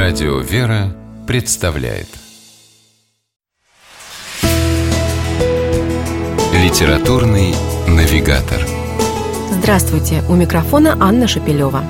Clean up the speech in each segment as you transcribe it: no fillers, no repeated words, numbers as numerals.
Радио «Вера» представляет Литературный навигатор. Здравствуйте, у микрофона Анна Шапилева.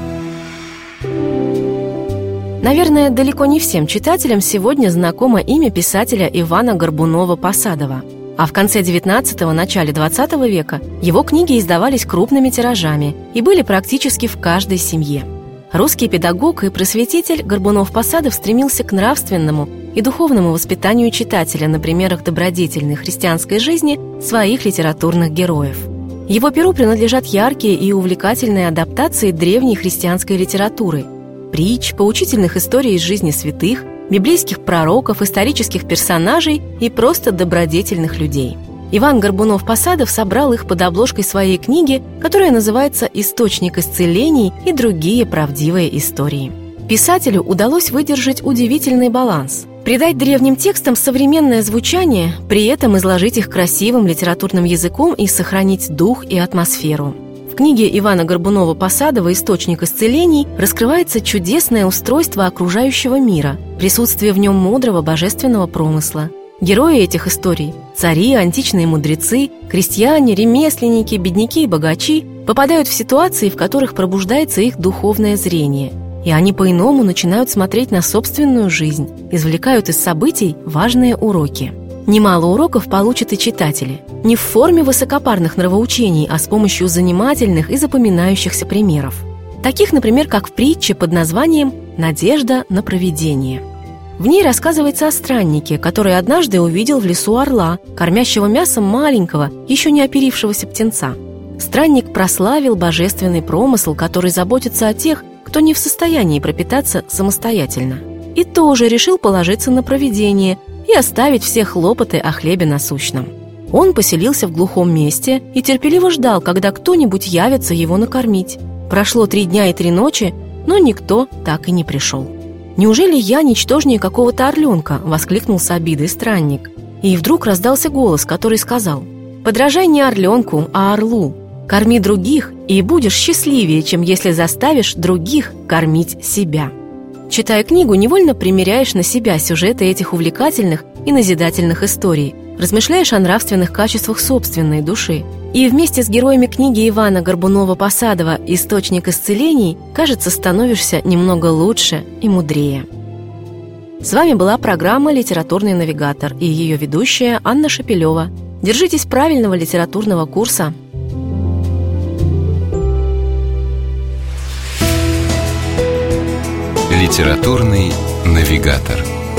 Наверное, далеко не всем читателям сегодня знакомо имя писателя Ивана Горбунова-Посадова. А в конце XIX – начале XX века его книги издавались крупными тиражами и были практически в каждой семье. Русский педагог и просветитель Горбунов-Посадов стремился к нравственному и духовному воспитанию читателя на примерах добродетельной христианской жизни своих литературных героев. Его перу принадлежат яркие и увлекательные адаптации древней христианской литературы, притч, поучительных историй из жизни святых, библейских пророков, исторических персонажей и просто добродетельных людей. Иван Горбунов-Посадов собрал их под обложкой своей книги, которая называется «Источник исцелений и другие правдивые истории». Писателю удалось выдержать удивительный баланс – придать древним текстам современное звучание, при этом изложить их красивым литературным языком и сохранить дух и атмосферу. В книге Ивана Горбунова-Посадова «Источник исцелений» раскрывается чудесное устройство окружающего мира, присутствие в нем мудрого божественного промысла. Герои этих историй – цари, античные мудрецы, крестьяне, ремесленники, бедняки и богачи – попадают в ситуации, в которых пробуждается их духовное зрение, и они по-иному начинают смотреть на собственную жизнь, извлекают из событий важные уроки. Немало уроков получат и читатели. Не в форме высокопарных нравоучений, а с помощью занимательных и запоминающихся примеров. Таких, например, как в притче под названием «Надежда на провидение». В ней рассказывается о страннике, который однажды увидел в лесу орла, кормящего мясом маленького, еще не оперившегося птенца. Странник прославил божественный промысл, который заботится о тех, кто не в состоянии пропитаться самостоятельно. И тоже решил положиться на провидение и оставить все хлопоты о хлебе насущном. Он поселился в глухом месте и терпеливо ждал, когда кто-нибудь явится его накормить. Прошло 3 дня и 3 ночи, но никто так и не пришел. «Неужели я ничтожнее какого-то орленка?» – воскликнул с обидой странник. И вдруг раздался голос, который сказал: «Подражай не орленку, а орлу. Корми других, и будешь счастливее, чем если заставишь других кормить себя». Читая книгу, невольно примеряешь на себя сюжеты этих увлекательных и назидательных историй, размышляешь о нравственных качествах собственной души. И вместе с героями книги Ивана Горбунова-Посадова «Источник исцелений», кажется, становишься немного лучше и мудрее. С вами была программа «Литературный навигатор» и ее ведущая Анна Шапилева. Держитесь правильного литературного курса. Литературный навигатор.